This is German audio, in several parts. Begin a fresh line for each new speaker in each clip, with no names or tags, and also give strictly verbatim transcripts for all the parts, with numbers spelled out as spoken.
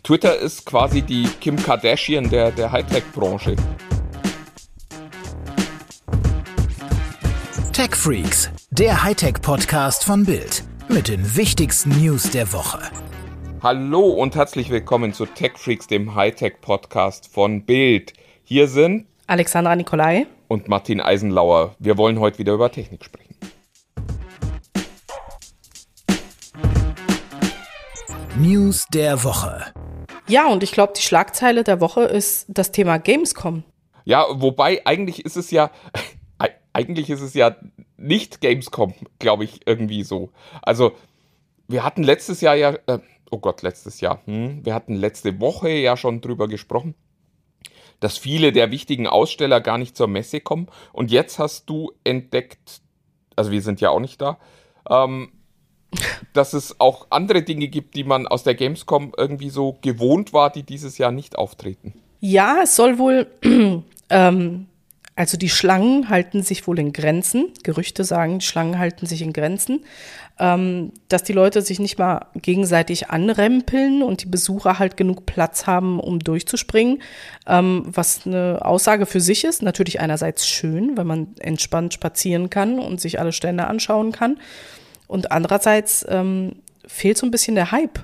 Twitter ist quasi die Kim Kardashian der, der Hightech-Branche.
TechFreaks, der Hightech-Podcast von Bild mit den wichtigsten News der Woche.
Hallo und herzlich willkommen zu TechFreaks, dem Hightech-Podcast von Bild. Hier sind
Alexandra Nicolai
und Martin Eisenlauer. Wir wollen heute wieder über Technik sprechen.
News der Woche.
Ja, und ich glaube, die Schlagzeile der Woche ist das Thema Gamescom.
Ja, wobei eigentlich ist es ja, eigentlich ist es ja nicht Gamescom, glaube ich, irgendwie so. Also, wir hatten letztes Jahr ja, äh, oh Gott, letztes Jahr, hm, wir hatten letzte Woche ja schon drüber gesprochen, dass viele der wichtigen Aussteller gar nicht zur Messe kommen. Und jetzt hast du entdeckt, also wir sind ja auch nicht da, ähm, dass es auch andere Dinge gibt, die man aus der Gamescom irgendwie so gewohnt war, die dieses Jahr nicht auftreten.
Ja, es soll wohl, ähm, also die Schlangen halten sich wohl in Grenzen. Gerüchte sagen, die Schlangen halten sich in Grenzen. Ähm, dass die Leute sich nicht mal gegenseitig anrempeln und die Besucher halt genug Platz haben, um durchzuspringen. Ähm, was eine Aussage für sich ist. Natürlich einerseits schön, weil man entspannt spazieren kann und sich alle Stände anschauen kann. Und andererseits ähm, fehlt so ein bisschen der Hype.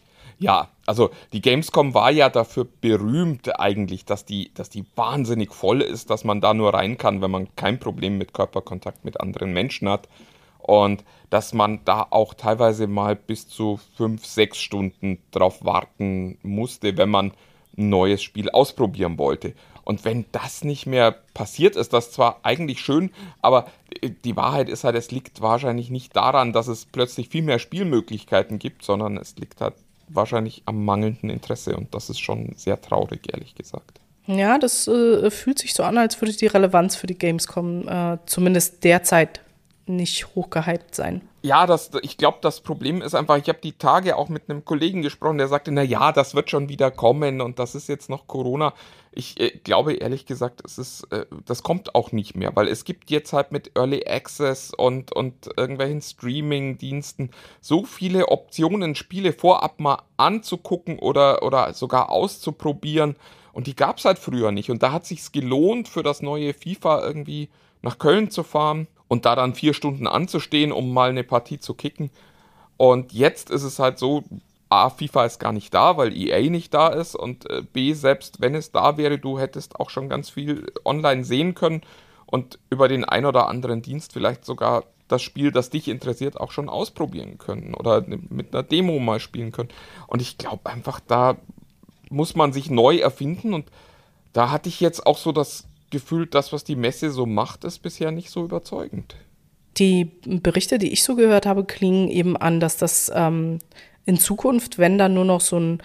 Ja, also die Gamescom war ja dafür berühmt eigentlich, dass die, dass die wahnsinnig voll ist, dass man da nur rein kann, wenn man kein Problem mit Körperkontakt mit anderen Menschen hat. Und dass man da auch teilweise mal bis zu fünf, sechs Stunden drauf warten musste, wenn man ein neues Spiel ausprobieren wollte. Und wenn das nicht mehr passiert, ist das zwar eigentlich schön, aber die Wahrheit ist halt, es liegt wahrscheinlich nicht daran, dass es plötzlich viel mehr Spielmöglichkeiten gibt, sondern es liegt halt wahrscheinlich am mangelnden Interesse. Und das ist schon sehr traurig, ehrlich gesagt.
Ja, das äh, fühlt sich so an, als würde die Relevanz für die Gamescom äh, zumindest derzeit nicht hochgehypt sein.
Ja, das, ich glaube, das Problem ist einfach, ich habe die Tage auch mit einem Kollegen gesprochen, der sagte, na ja, das wird schon wieder kommen und das ist jetzt noch Corona. Ich äh, glaube ehrlich gesagt, es ist, äh, das kommt auch nicht mehr, weil es gibt jetzt halt mit Early Access und, und irgendwelchen Streaming-Diensten so viele Optionen, Spiele vorab mal anzugucken oder, oder sogar auszuprobieren und die gab es halt früher nicht und da hat sich's gelohnt, für das neue FIFA irgendwie nach Köln zu fahren und da dann vier Stunden anzustehen, um mal eine Partie zu kicken. Und jetzt ist es halt so, A, FIFA ist gar nicht da, weil E A nicht da ist. Und äh, B, selbst wenn es da wäre, du hättest auch schon ganz viel online sehen können und über den ein oder anderen Dienst vielleicht sogar das Spiel, das dich interessiert, auch schon ausprobieren können oder mit einer Demo mal spielen können. Und ich glaube einfach, da muss man sich neu erfinden. Und da hatte ich jetzt auch so das Gefühl, das, was die Messe so macht, ist bisher nicht so überzeugend.
Die Berichte, die ich so gehört habe, klingen eben an, dass das ähm, in Zukunft, wenn dann nur noch so ein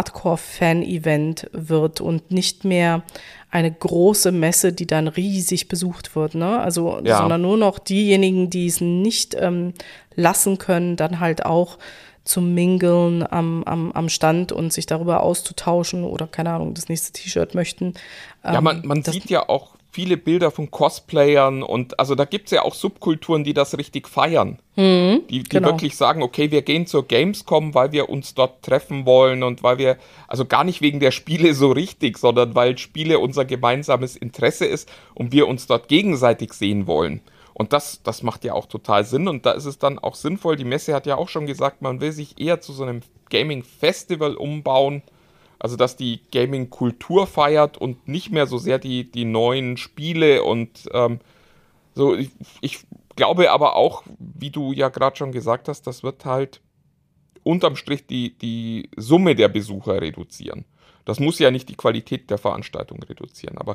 Hardcore-Fan-Event wird und nicht mehr eine große Messe, die dann riesig besucht wird, ne? Also,
ja. Sondern
nur noch diejenigen, die es nicht ähm, lassen können, dann halt auch zum Mingeln am, am, am Stand und sich darüber auszutauschen oder, keine Ahnung, das nächste T-Shirt möchten.
Ja,
ähm,
man, man sieht ja auch viele Bilder von Cosplayern und also da gibt es ja auch Subkulturen, die das richtig feiern.
Mhm,
die die
genau.
wirklich sagen, okay, wir gehen zur Gamescom, weil wir uns dort treffen wollen und weil wir, also gar nicht wegen der Spiele so richtig, sondern weil Spiele unser gemeinsames Interesse ist und wir uns dort gegenseitig sehen wollen. Und das, das macht ja auch total Sinn und da ist es dann auch sinnvoll. Die Messe hat ja auch schon gesagt, man will sich eher zu so einem Gaming-Festival umbauen, also dass die Gaming-Kultur feiert und nicht mehr so sehr die, die neuen Spiele und ähm, so. Ich, ich glaube aber auch, wie du ja gerade schon gesagt hast, das wird halt unterm Strich die, die Summe der Besucher reduzieren. Das muss ja nicht die Qualität der Veranstaltung reduzieren, aber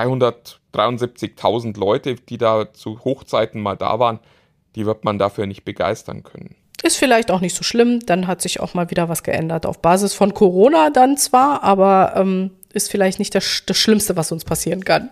dreihundertdreiundsiebzigtausend Leute, die da zu Hochzeiten mal da waren, die wird man dafür nicht begeistern können.
Ist vielleicht auch nicht so schlimm, dann hat sich auch mal wieder was geändert. Auf Basis von Corona dann zwar, aber ähm, ist vielleicht nicht das, das Schlimmste, was uns passieren kann.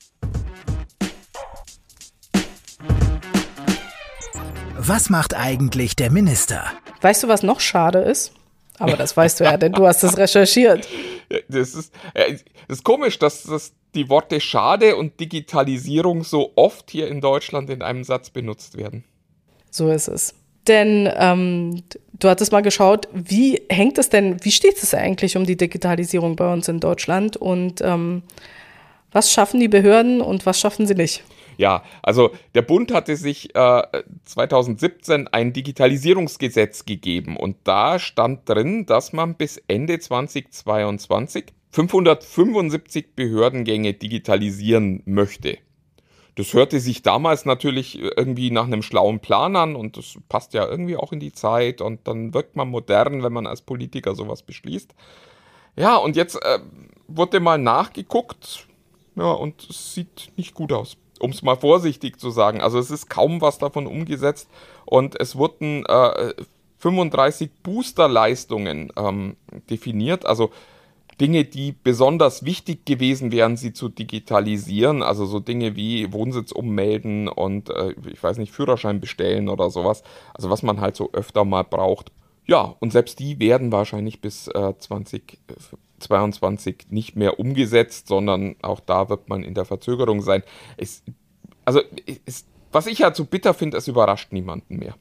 Was macht eigentlich der Minister?
Weißt du, was noch schade ist? Aber das weißt du ja, denn du hast es recherchiert.
Das ist, äh, das ist komisch, dass, dass die Worte Schade und Digitalisierung so oft hier in Deutschland in einem Satz benutzt werden.
So ist es. denn ähm, du hattest mal geschaut, wie hängt es denn, wie steht es eigentlich um die Digitalisierung bei uns in Deutschland und ähm, was schaffen die Behörden und was schaffen sie nicht?
Ja, also der Bund hatte sich äh, zweitausendsiebzehn ein Digitalisierungsgesetz gegeben und da stand drin, dass man bis Ende zweitausendzweiundzwanzig fünfhundertfünfundsiebzig Behördengänge digitalisieren möchte. Das hörte sich damals natürlich irgendwie nach einem schlauen Plan an und das passt ja irgendwie auch in die Zeit und dann wirkt man modern, wenn man als Politiker sowas beschließt. Ja, und jetzt äh, wurde mal nachgeguckt, ja, und es sieht nicht gut aus, um es mal vorsichtig zu sagen. Also es ist kaum was davon umgesetzt und es wurden äh, fünfunddreißig Boosterleistungen ähm, definiert, also Dinge, die besonders wichtig gewesen wären, sie zu digitalisieren, also so Dinge wie Wohnsitz ummelden und äh, ich weiß nicht, Führerschein bestellen oder sowas, also was man halt so öfter mal braucht. Ja, und selbst die werden wahrscheinlich bis äh, zweitausendzweiundzwanzig nicht mehr umgesetzt, sondern auch da wird man in der Verzögerung sein. Es, also, es, was ich halt so bitter finde, es überrascht niemanden mehr.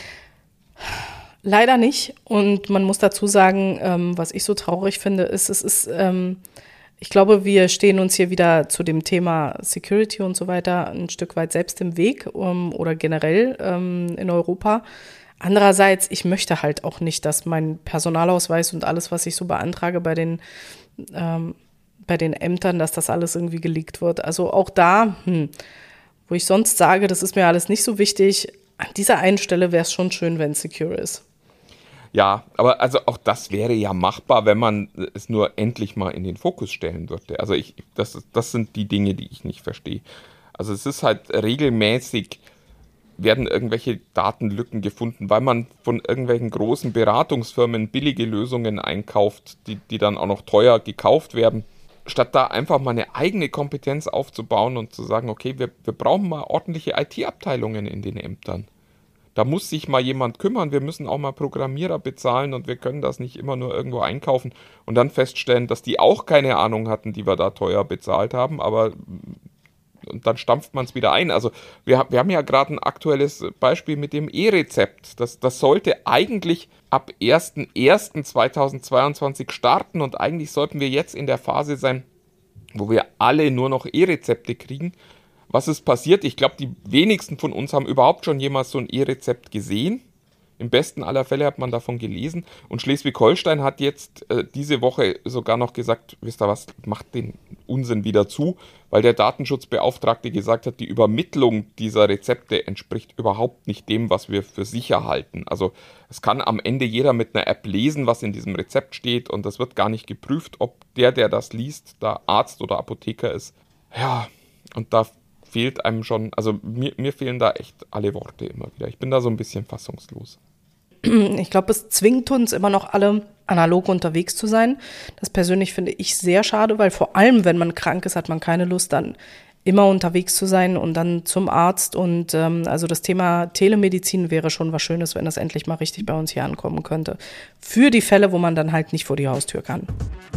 Leider nicht. Und man muss dazu sagen, ähm, was ich so traurig finde, ist, es ist, ähm, ich glaube, wir stehen uns hier wieder zu dem Thema Security und so weiter ein Stück weit selbst im Weg um, oder generell ähm, in Europa. Andererseits, ich möchte halt auch nicht, dass mein Personalausweis und alles, was ich so beantrage bei den, ähm, bei den Ämtern, dass das alles irgendwie geleakt wird. Also auch da, hm, wo ich sonst sage, das ist mir alles nicht so wichtig, an dieser einen Stelle wäre es schon schön, wenn es secure ist.
Ja, aber also auch das wäre ja machbar, wenn man es nur endlich mal in den Fokus stellen würde. Also ich, das, das sind die Dinge, die ich nicht verstehe. Also es ist halt regelmäßig, werden irgendwelche Datenlücken gefunden, weil man von irgendwelchen großen Beratungsfirmen billige Lösungen einkauft, die, die dann auch noch teuer gekauft werden. Statt da einfach mal eine eigene Kompetenz aufzubauen und zu sagen, okay, wir, wir brauchen mal ordentliche I T-Abteilungen in den Ämtern. Da muss sich mal jemand kümmern, wir müssen auch mal Programmierer bezahlen und wir können das nicht immer nur irgendwo einkaufen und dann feststellen, dass die auch keine Ahnung hatten, die wir da teuer bezahlt haben, aber und dann stampft man es wieder ein. Also wir, wir haben ja gerade ein aktuelles Beispiel mit dem E-Rezept. Das, das sollte eigentlich ab erster erster zweitausendzweiundzwanzig starten und eigentlich sollten wir jetzt in der Phase sein, wo wir alle nur noch E-Rezepte kriegen. Was ist passiert? Ich glaube, die wenigsten von uns haben überhaupt schon jemals so ein E-Rezept gesehen. Im besten aller Fälle hat man davon gelesen. Und Schleswig-Holstein hat jetzt äh, diese Woche sogar noch gesagt, wisst ihr was, macht den Unsinn wieder zu, weil der Datenschutzbeauftragte gesagt hat, die Übermittlung dieser Rezepte entspricht überhaupt nicht dem, was wir für sicher halten. Also es kann am Ende jeder mit einer App lesen, was in diesem Rezept steht und das wird gar nicht geprüft, ob der, der das liest, da Arzt oder Apotheker ist. Ja, und da fehlt einem schon, also mir, mir fehlen da echt alle Worte immer wieder. Ich bin da so ein bisschen fassungslos.
Ich glaube, es zwingt uns immer noch alle, analog unterwegs zu sein. Das persönlich finde ich sehr schade, weil vor allem, wenn man krank ist, hat man keine Lust, dann immer unterwegs zu sein und dann zum Arzt. Und ähm, also das Thema Telemedizin wäre schon was Schönes, wenn das endlich mal richtig bei uns hier ankommen könnte. Für die Fälle, wo man dann halt nicht vor die Haustür kann.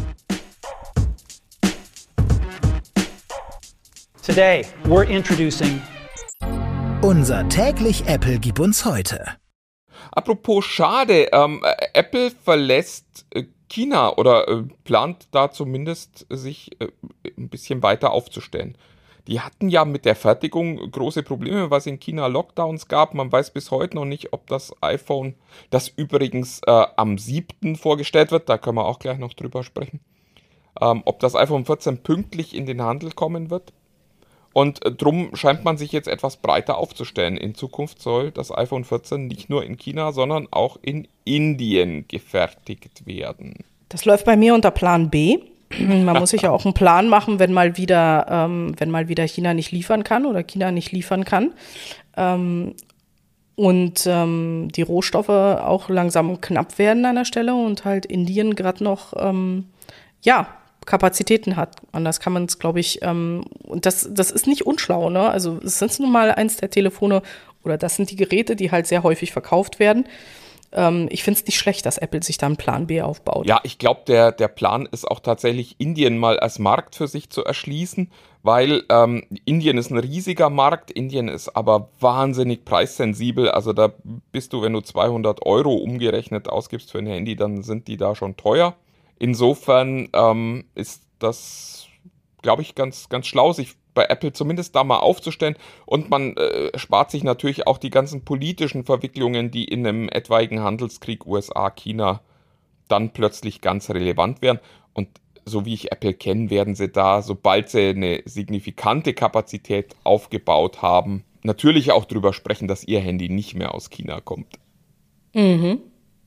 Today, we're introducing unser täglich Apple gib uns heute.
Apropos schade, ähm, Apple verlässt äh, China oder äh, plant da zumindest sich äh, ein bisschen weiter aufzustellen. Die hatten ja mit der Fertigung große Probleme, weil es in China Lockdowns gab. Man weiß bis heute noch nicht, ob das iPhone, das übrigens äh, am siebten vorgestellt wird, da können wir auch gleich noch drüber sprechen, ähm, ob das iPhone vierzehn pünktlich in den Handel kommen wird. Und drum scheint man sich jetzt etwas breiter aufzustellen. In Zukunft soll das iPhone vierzehn nicht nur in China, sondern auch in Indien gefertigt werden.
Das läuft bei mir unter Plan B. Man muss sich ja auch einen Plan machen, wenn mal wieder, ähm, wenn mal wieder China nicht liefern kann oder China nicht liefern kann. Ähm, und ähm, die Rohstoffe auch langsam knapp werden an der Stelle und halt Indien gerade noch, ähm, ja, Kapazitäten hat. Anders kann man es, glaube ich, ähm, und das, das ist nicht unschlau, ne? Also es sind nun mal eins der Telefone oder das sind die Geräte, die halt sehr häufig verkauft werden. ähm, ich finde es nicht schlecht, dass Apple sich da einen Plan B aufbaut.
Ja, ich glaube, der, der Plan ist auch tatsächlich, Indien mal als Markt für sich zu erschließen, weil ähm, Indien ist ein riesiger Markt, Indien ist aber wahnsinnig preissensibel. Also da bist du, wenn du zweihundert Euro umgerechnet ausgibst für ein Handy, dann sind die da schon teuer. Insofern ähm, ist das, glaube ich, ganz, ganz schlau, sich bei Apple zumindest da mal aufzustellen. Und man äh, spart sich natürlich auch die ganzen politischen Verwicklungen, die in einem etwaigen Handelskrieg U S A China dann plötzlich ganz relevant wären. Und so wie ich Apple kenne, werden sie da, sobald sie eine signifikante Kapazität aufgebaut haben, natürlich auch drüber sprechen, dass ihr Handy nicht mehr aus China kommt.
Mhm.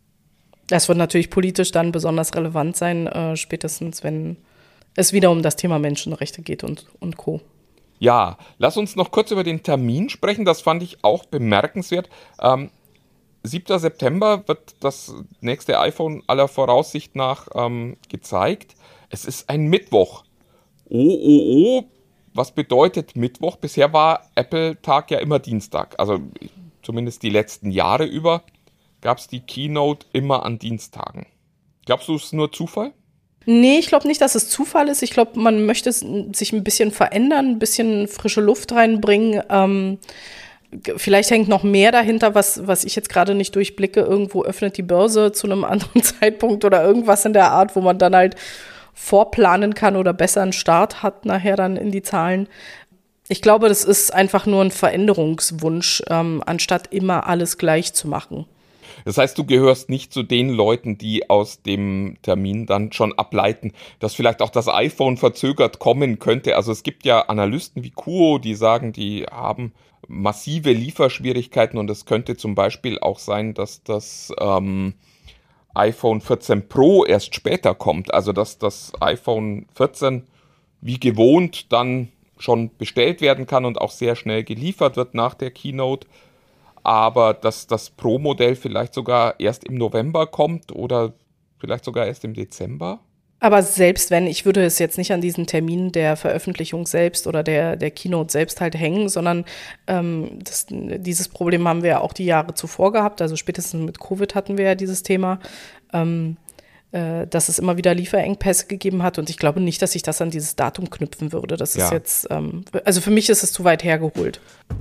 Das wird natürlich politisch dann besonders relevant sein, äh, spätestens wenn es wieder um das Thema Menschenrechte geht und, und Co.
Ja, lass uns noch kurz über den Termin sprechen. Das fand ich auch bemerkenswert. Ähm, siebter September wird das nächste iPhone aller Voraussicht nach ähm, gezeigt. Es ist ein Mittwoch. Oh, oh, oh. Was bedeutet Mittwoch? Bisher war Apple-Tag ja immer Dienstag. Also zumindest die letzten Jahre über gab es die Keynote immer an Dienstagen. Glaubst du, es ist nur Zufall?
Nee, ich glaube nicht, dass es Zufall ist. Ich glaube, man möchte sich ein bisschen verändern, ein bisschen frische Luft reinbringen. Ähm, vielleicht hängt noch mehr dahinter, was, was ich jetzt gerade nicht durchblicke. Irgendwo öffnet die Börse zu einem anderen Zeitpunkt oder irgendwas in der Art, wo man dann halt vorplanen kann oder besser einen Start hat nachher dann in die Zahlen. Ich glaube, das ist einfach nur ein Veränderungswunsch, ähm, anstatt immer alles gleich zu machen.
Das heißt, du gehörst nicht zu den Leuten, die aus dem Termin dann schon ableiten, dass vielleicht auch das iPhone verzögert kommen könnte. Also es gibt ja Analysten wie Kuo, die sagen, die haben massive Lieferschwierigkeiten und es könnte zum Beispiel auch sein, dass das ähm, iPhone vierzehn Pro erst später kommt. Also dass das iPhone vierzehn wie gewohnt dann schon bestellt werden kann und auch sehr schnell geliefert wird nach der Keynote. Aber dass das Pro-Modell vielleicht sogar erst im November kommt oder vielleicht sogar erst im Dezember?
Aber selbst wenn, ich würde es jetzt nicht an diesen Termin der Veröffentlichung selbst oder der, der Keynote selbst halt hängen, sondern ähm, das, dieses Problem haben wir ja auch die Jahre zuvor gehabt, also spätestens mit Covid hatten wir ja dieses Thema, ähm, äh, dass es immer wieder Lieferengpässe gegeben hat und ich glaube nicht, dass ich das an dieses Datum knüpfen würde. Das
Ja.
ist jetzt, ähm, also für mich ist es zu weit hergeholt.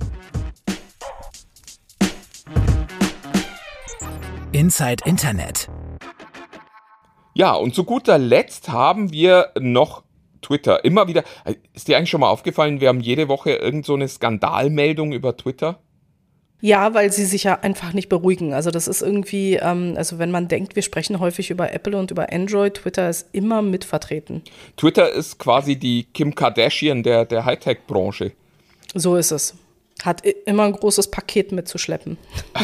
Inside Internet.
Ja, und zu guter Letzt haben wir noch Twitter. Immer wieder, ist dir eigentlich schon mal aufgefallen, wir haben jede Woche irgend so eine Skandalmeldung über Twitter?
Ja, weil sie sich ja einfach nicht beruhigen. Also das ist irgendwie, ähm, also wenn man denkt, wir sprechen häufig über Apple und über Android, Twitter ist immer mitvertreten.
Twitter ist quasi die Kim Kardashian der, der Hightech-Branche.
So ist es. Hat i- immer ein großes Paket mitzuschleppen.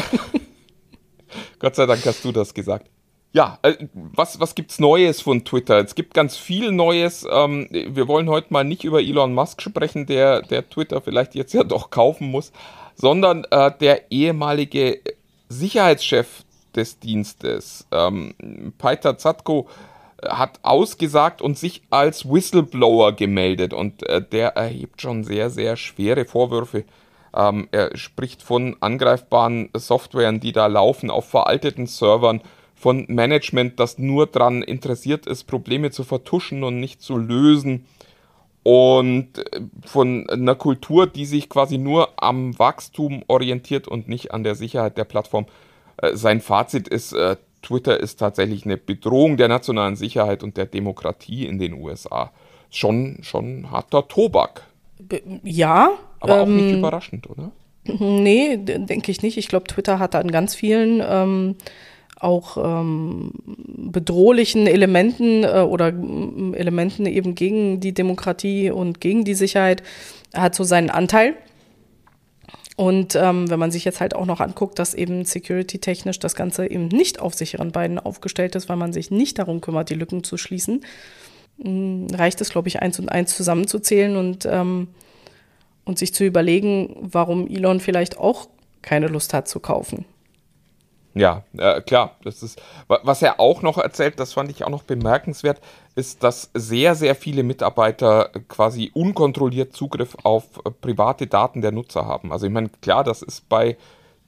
Gott sei Dank hast du das gesagt. Ja, äh, was, was gibt's Neues von Twitter? Es gibt ganz viel Neues. Ähm, wir wollen heute mal nicht über Elon Musk sprechen, der, der Twitter vielleicht jetzt ja doch kaufen muss, sondern äh, der ehemalige Sicherheitschef des Dienstes, ähm, Peter Zatko, hat ausgesagt und sich als Whistleblower gemeldet. Und äh, der erhebt schon sehr, sehr schwere Vorwürfe. Ähm, er spricht von angreifbaren Softwaren, die da laufen auf veralteten Servern, von Management, das nur daran interessiert ist, Probleme zu vertuschen und nicht zu lösen. Und von einer Kultur, die sich quasi nur am Wachstum orientiert und nicht an der Sicherheit der Plattform. Äh, sein Fazit ist, äh, Twitter ist tatsächlich eine Bedrohung der nationalen Sicherheit und der Demokratie in den U S A. Schon, schon harter Tobak.
B- Ja.
Aber auch nicht
ähm,
überraschend, oder?
Nee, d- denke ich nicht. Ich glaube, Twitter hat an ganz vielen ähm, auch ähm, bedrohlichen Elementen äh, oder ähm, Elementen eben gegen die Demokratie und gegen die Sicherheit, hat so seinen Anteil. Und ähm, wenn man sich jetzt halt auch noch anguckt, dass eben security-technisch das Ganze eben nicht auf sicheren Beinen aufgestellt ist, weil man sich nicht darum kümmert, die Lücken zu schließen, mh, reicht es, glaube ich, eins und eins zusammenzuzählen und, ähm, und sich zu überlegen, warum Elon vielleicht auch keine Lust hat zu kaufen.
Ja, äh, klar. Das ist, wa- was er auch noch erzählt, das fand ich auch noch bemerkenswert, ist, dass sehr, sehr viele Mitarbeiter quasi unkontrolliert Zugriff auf äh, private Daten der Nutzer haben. Also ich meine, klar, das ist bei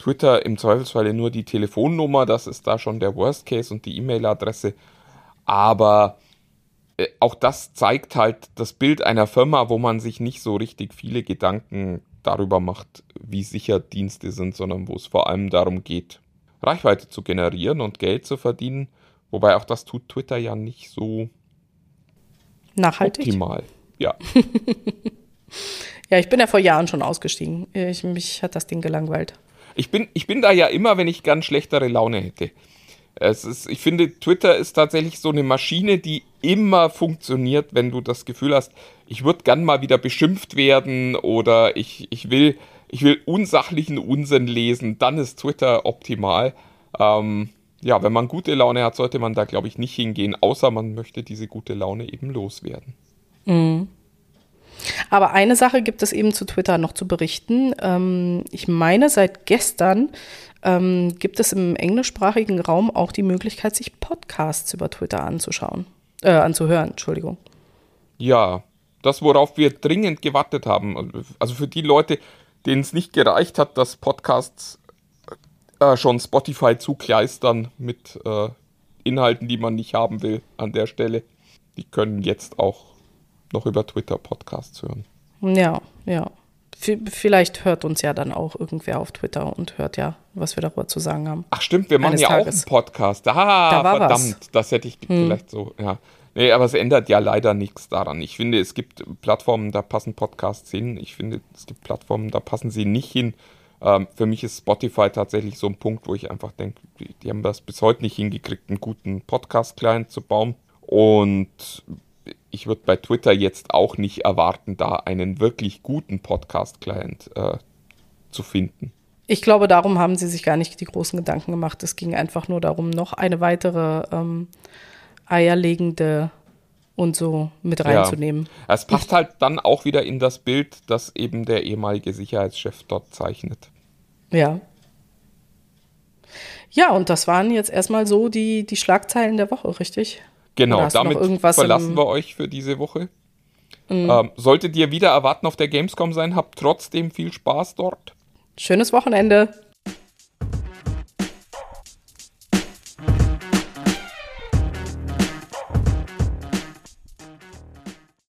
Twitter im Zweifelsfalle nur die Telefonnummer, das ist da schon der Worst Case und die E-Mail-Adresse. Aber äh, auch das zeigt halt das Bild einer Firma, wo man sich nicht so richtig viele Gedanken darüber macht, wie sicher Dienste sind, sondern wo es vor allem darum geht, Reichweite zu generieren und Geld zu verdienen. Wobei auch das tut Twitter ja nicht so
nachhaltig.
Optimal. Ja.
Ja, ich bin ja vor Jahren schon ausgestiegen. Ich, mich hat das Ding gelangweilt.
Ich bin, ich bin da ja immer, wenn ich ganz schlechtere Laune hätte. Es ist, ich finde, Twitter ist tatsächlich so eine Maschine, die immer funktioniert, wenn du das Gefühl hast, ich würde gern mal wieder beschimpft werden oder ich, ich, will, ich will unsachlichen Unsinn lesen, dann ist Twitter optimal. Ähm, ja, wenn man gute Laune hat, sollte man da, glaube ich, nicht hingehen, außer man möchte diese gute Laune eben loswerden.
Mhm. Aber eine Sache gibt es eben zu Twitter noch zu berichten. Ähm, ich meine, seit gestern ähm, gibt es im englischsprachigen Raum auch die Möglichkeit, sich Podcasts über Twitter anzuschauen, äh, anzuhören, Entschuldigung.
Ja, das, worauf wir dringend gewartet haben. Also für die Leute, denen es nicht gereicht hat, dass Podcasts äh, schon Spotify zukleistern mit äh, Inhalten, die man nicht haben will an der Stelle, die können jetzt auch noch über Twitter Podcasts hören.
Ja, ja. V- vielleicht hört uns ja dann auch irgendwer auf Twitter und hört ja, was wir darüber zu sagen haben.
Ach stimmt, wir machen
Eines
ja
Tages.
auch einen Podcast. Ah,
Da war
verdammt,
was.
das hätte ich
Hm.
vielleicht so, ja. Nee, aber es ändert ja leider nichts daran. Ich finde, es gibt Plattformen, da passen Podcasts hin. Ich finde, es gibt Plattformen, da passen sie nicht hin. Ähm, für mich ist Spotify tatsächlich so ein Punkt, wo ich einfach denke, die, die haben das bis heute nicht hingekriegt, einen guten Podcast-Client zu bauen. Und ich würde bei Twitter jetzt auch nicht erwarten, da einen wirklich guten Podcast-Client äh, zu finden.
Ich glaube, darum haben sie sich gar nicht die großen Gedanken gemacht. Es ging einfach nur darum, noch eine weitere ähm, eierlegende und so mit reinzunehmen.
Ja. Es passt halt dann auch wieder in das Bild, das eben der ehemalige Sicherheitschef dort zeichnet.
Ja. Ja, und das waren jetzt erstmal so die, die Schlagzeilen der Woche, richtig?
Genau,
Oder hast du noch
damit
irgendwas
verlassen
im-
wir euch für diese Woche. Ähm, solltet ihr wieder erwarten auf der Gamescom sein, habt trotzdem viel Spaß dort.
Schönes Wochenende.